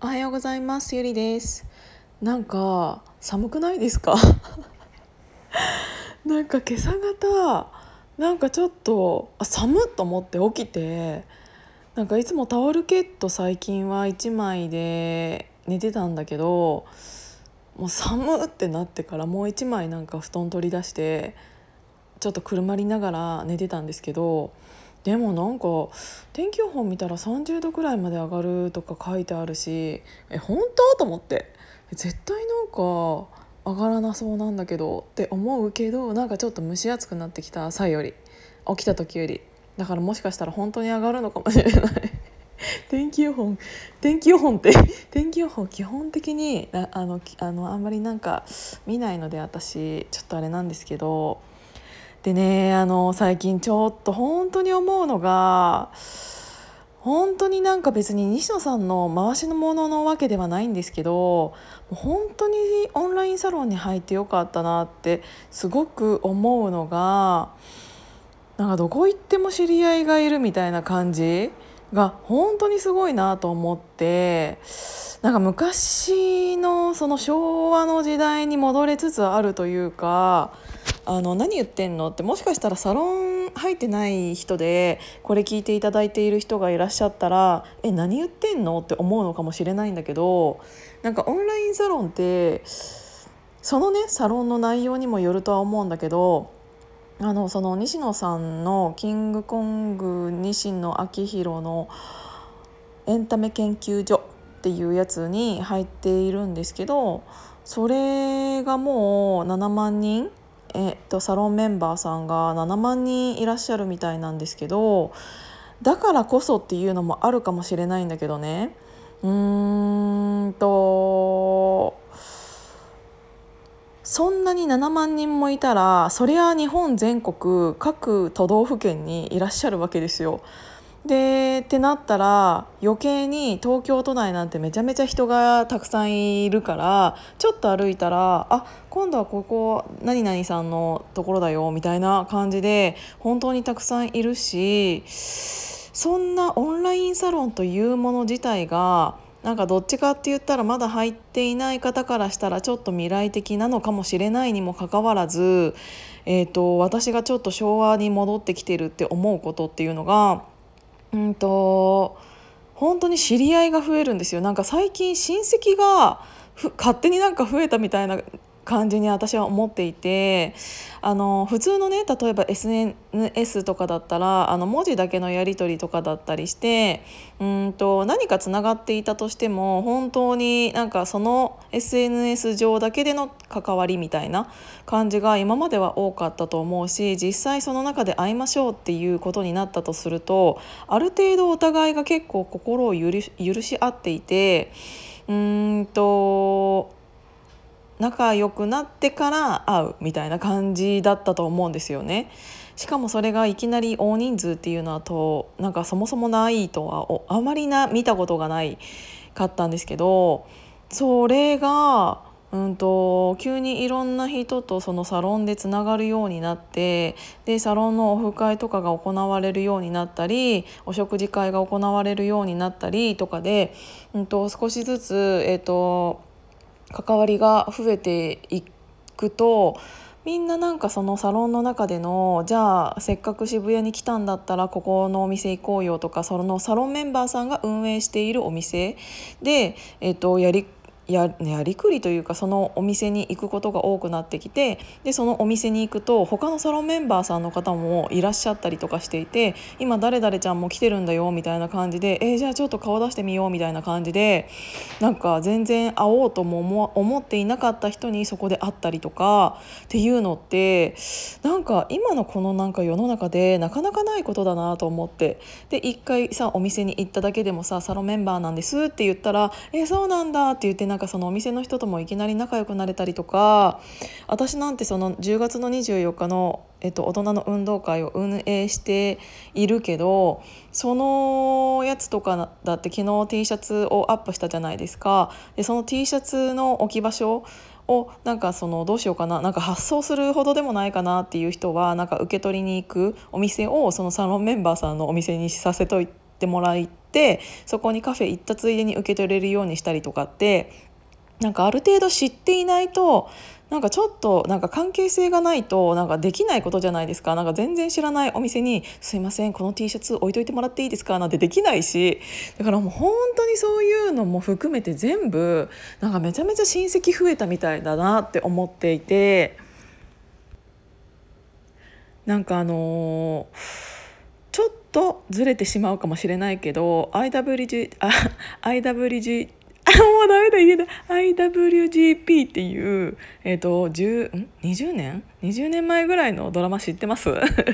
おはようございます。ゆりです。なんか寒くないですか？なんか今朝方なんかちょっと寒っと思って起きて、なんかいつもタオルケット最近は1枚で寝てたんだけど、もう寒ってなってからもう1枚なんか布団取り出してちょっとくるまりながら寝てたんですけど、でもなんか天気予報見たら30度くらいまで上がるとか書いてあるし、本当と思って、絶対なんか上がらなそうなんだけどって思うけど、なんかちょっと蒸し暑くなってきた、朝より起きた時より。だからもしかしたら本当に上がるのかもしれない。天気予報天気予報って天気予報基本的にあんまりなんか見ないので、私ちょっとあれなんですけど、でね、最近ちょっと本当に思うのが、本当になんか別に西野さんの回しのもののわけではないんですけど、もう本当にオンラインサロンに入ってよかったなってすごく思うのが、なんかどこ行っても知り合いがいるみたいな感じが本当にすごいなと思って、なんか昔のその昭和の時代に戻れつつあるというか、何言ってんのって、もしかしたらサロン入ってない人でこれ聞いていただいている人がいらっしゃったら、何言ってんのって思うのかもしれないんだけど、なんかオンラインサロンってそのねサロンの内容にもよるとは思うんだけど、その西野さんのキングコング西野昭弘のエンタメ研究所っていうやつに入っているんですけど、それがもう7万人、サロンメンバーさんが7万人いらっしゃるみたいなんですけど、だからこそっていうのもあるかもしれないんだけどね、そんなに7万人もいたら、そりゃ日本全国各都道府県にいらっしゃるわけですよ。でってなったら、余計に東京都内なんてめちゃめちゃ人がたくさんいるから、ちょっと歩いたら、今度はここ何々さんのところだよみたいな感じで本当にたくさんいるし、そんなオンラインサロンというもの自体がなんかどっちかって言ったらまだ入っていない方からしたらちょっと未来的なのかもしれないにもかかわらず、私がちょっと昭和に戻ってきてるって思うことっていうのが、本当に知り合いが増えるんですよ。なんか最近親戚が勝手になんか増えたみたいな感じに私は思っていて、普通のね、例えば SNS とかだったら文字だけのやり取りとかだったりして、何かつながっていたとしても本当になんかその SNS 上だけでの関わりみたいな感じが今までは多かったと思うし、実際その中で会いましょうっていうことになったとすると、ある程度お互いが結構心を許し合っていて、仲良くなってから会うみたいな感じだったと思うんですよね。しかもそれがいきなり大人数っていうのはなんかそもそもないとはあまり見たことがないかったんですけど、それが急にいろんな人とそのサロンでつながるようになって、でサロンのオフ会とかが行われるようになったり、お食事会が行われるようになったりとかで、少しずつ、関わりが増えていくと、みんななんかそのサロンの中での、じゃあせっかく渋谷に来たんだったらここのお店行こうよとか、そのサロンメンバーさんが運営しているお店で、やりくりというか、そのお店に行くことが多くなってきて、でそのお店に行くと他のサロンメンバーさんの方もいらっしゃったりとかしていて、今誰々ちゃんも来てるんだよみたいな感じで、じゃあちょっと顔出してみようみたいな感じで、なんか全然会おうとも思っていなかった人にそこで会ったりとかっていうのって、なんか今のこのなんか世の中でなかなかないことだなと思って、で一回さお店に行っただけでもさ、サロンメンバーなんですって言ったら、そうなんだって言って、なんかそのお店の人ともいきなり仲良くなれたりとか、私なんてその10月の24日の大人の運動会を運営しているけど、そのやつとかだって昨日 T シャツをアップしたじゃないですか。でその T シャツの置き場所をなんかそのどうしようかな、なんか発送するほどでもないかなっていう人は、なんか受け取りに行くお店をそのサロンメンバーさんのお店にさせといってもらってそこにカフェ行ったついでに受け取れるようにしたりとかってなんかある程度知っていないとなんかちょっとなんか関係性がないとなんかできないことじゃないですか。なんか全然知らないお店にすいませんこの T シャツ置いといてもらっていいですかなんてできないし、だからもう本当にそういうのも含めて全部なんかめちゃめちゃ親戚増えたみたいだなって思っていて、なんかちょっとずれてしまうかもしれないけど IWG もうダメだ言えない IWGP っていう、20年20年前ぐらいのドラマ知ってます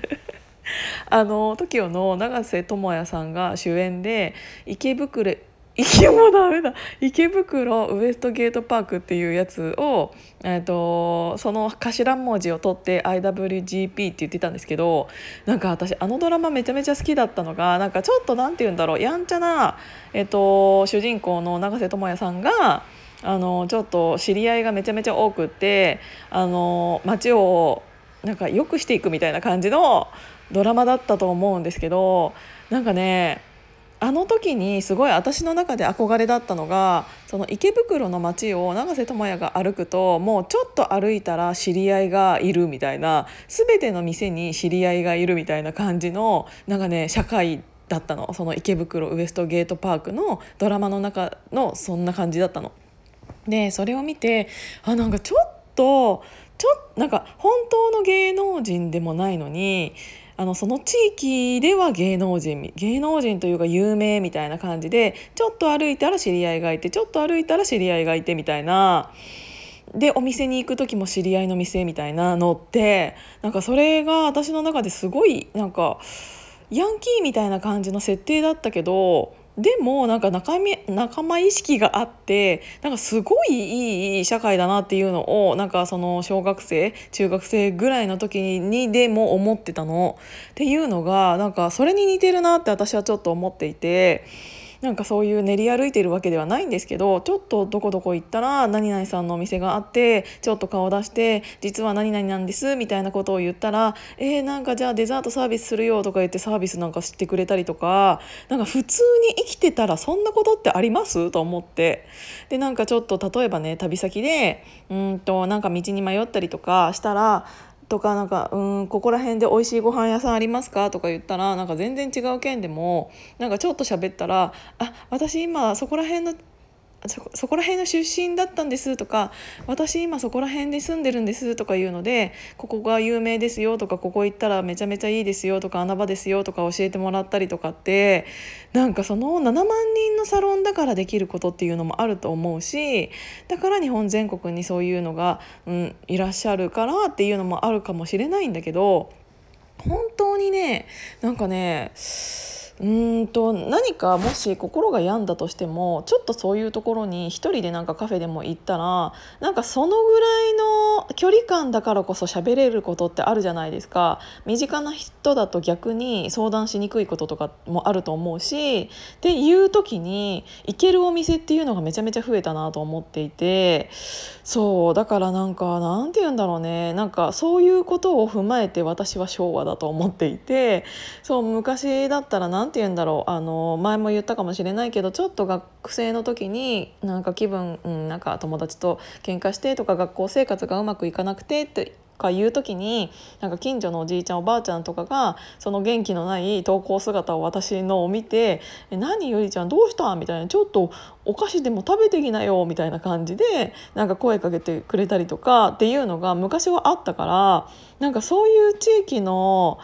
TOKIO の永瀬智也さんが主演でもうダメだ池袋ウエストゲートパークっていうやつを、その頭文字を取って IWGP って言ってたんですけど、なんか私あのドラマめちゃめちゃ好きだったのがなんかちょっとなんて言うんだろうやんちゃな、主人公の永瀬智也さんがちょっと知り合いがめちゃめちゃ多くって街をなんか良くしていくみたいな感じのドラマだったと思うんですけど、なんかねあの時にすごい私の中で憧れだったのがその池袋の街を永瀬智也が歩くともうちょっと歩いたら知り合いがいるみたいな、全ての店に知り合いがいるみたいな感じのなんかね社会だったの。その池袋ウエストゲートパークのドラマの中のそんな感じだったの。でそれを見てなんかなんか本当の芸能人でもないのにその地域では芸能人というか有名みたいな感じでちょっと歩いたら知り合いがいてちょっと歩いたら知り合いがいてみたいな、でお店に行く時も知り合いの店みたいなのってなんかそれが私の中ですごいなんかヤンキーみたいな感じの設定だったけど、でもなんか仲間意識があってなんかすごいいい社会だなっていうのをなんかその小学生中学生ぐらいの時にでも思ってたのっていうのがなんかそれに似てるなって私はちょっと思っていて、なんかそういう練り歩いてるわけではないんですけど、ちょっとどこどこ行ったら何々さんのお店があってちょっと顔出して実は何々なんですみたいなことを言ったらなんかじゃあデザートサービスするよとか言ってサービスなんかしてくれたりとか、なんか普通に生きてたらそんなことってありますと思って、でなんかちょっと例えばね旅先でなんか道に迷ったりとかしたらなんかここら辺で美味しいご飯屋さんありますかとか言ったらなんか全然違う県でもなんかちょっと喋ったら私今そこら辺の出身だったんですとか私今そこら辺で住んでるんですとかいうのでここが有名ですよとかここ行ったらめちゃめちゃいいですよとか穴場ですよとか教えてもらったりとかってなんかその7万人のサロンだからできることっていうのもあると思うし、だから日本全国にそういうのが、いらっしゃるからっていうのもあるかもしれないんだけど、本当にねなんかね何かもし心が病んだとしてもちょっとそういうところに一人でなんかカフェでも行ったらなんかそのぐらいの距離感だからこそ喋れることってあるじゃないですか。身近な人だと逆に相談しにくいこととかもあると思うしっていう時に行けるお店っていうのがめちゃめちゃ増えたなと思っていて、そうだからなんかなんて言うんだろうね、なんかそういうことを踏まえて私は昭和だと思っていて、そう昔だったらなんて言うんだろう前も言ったかもしれないけどちょっと学生の時になんかなんか友達と喧嘩してとか学校生活がうまくいかなくてっていう時になんか近所のおじいちゃんおばあちゃんとかがその元気のない投稿姿を私のを見て何ゆりちゃんどうしたみたいな、ちょっとお菓子でも食べてきなよみたいな感じでなんか声かけてくれたりとかっていうのが昔はあったから、なんかそういう地域の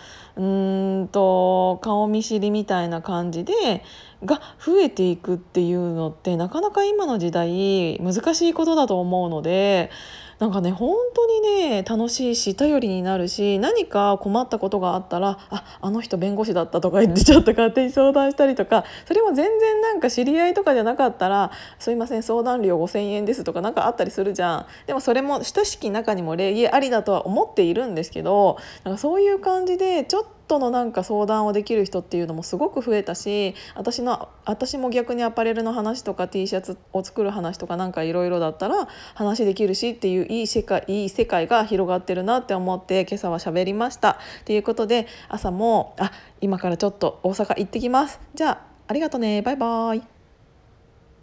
顔見知りみたいな感じでが増えていくっていうのってなかなか今の時代難しいことだと思うので、なんかね本当にね楽しいし頼りになるし、何か困ったことがあったらあの人弁護士だったとか言ってちょっと勝手に相談したりとか、それも全然なんか知り合いとかじゃなかったらすいません相談料5000円ですとかなんかあったりするじゃん。でもそれも親しき中にも礼儀ありだとは思っているんですけど、なんかそういう感じでちょっとのなんか相談をできる人っていうのもすごく増えたし、私も逆にアパレルの話とか T シャツを作る話とかなんかいろいろだったら話できるしっていういい世界が広がってるなって思って今朝は喋りました。ということで朝も今からちょっと大阪行ってきます。じゃあありがとね。バイバイ。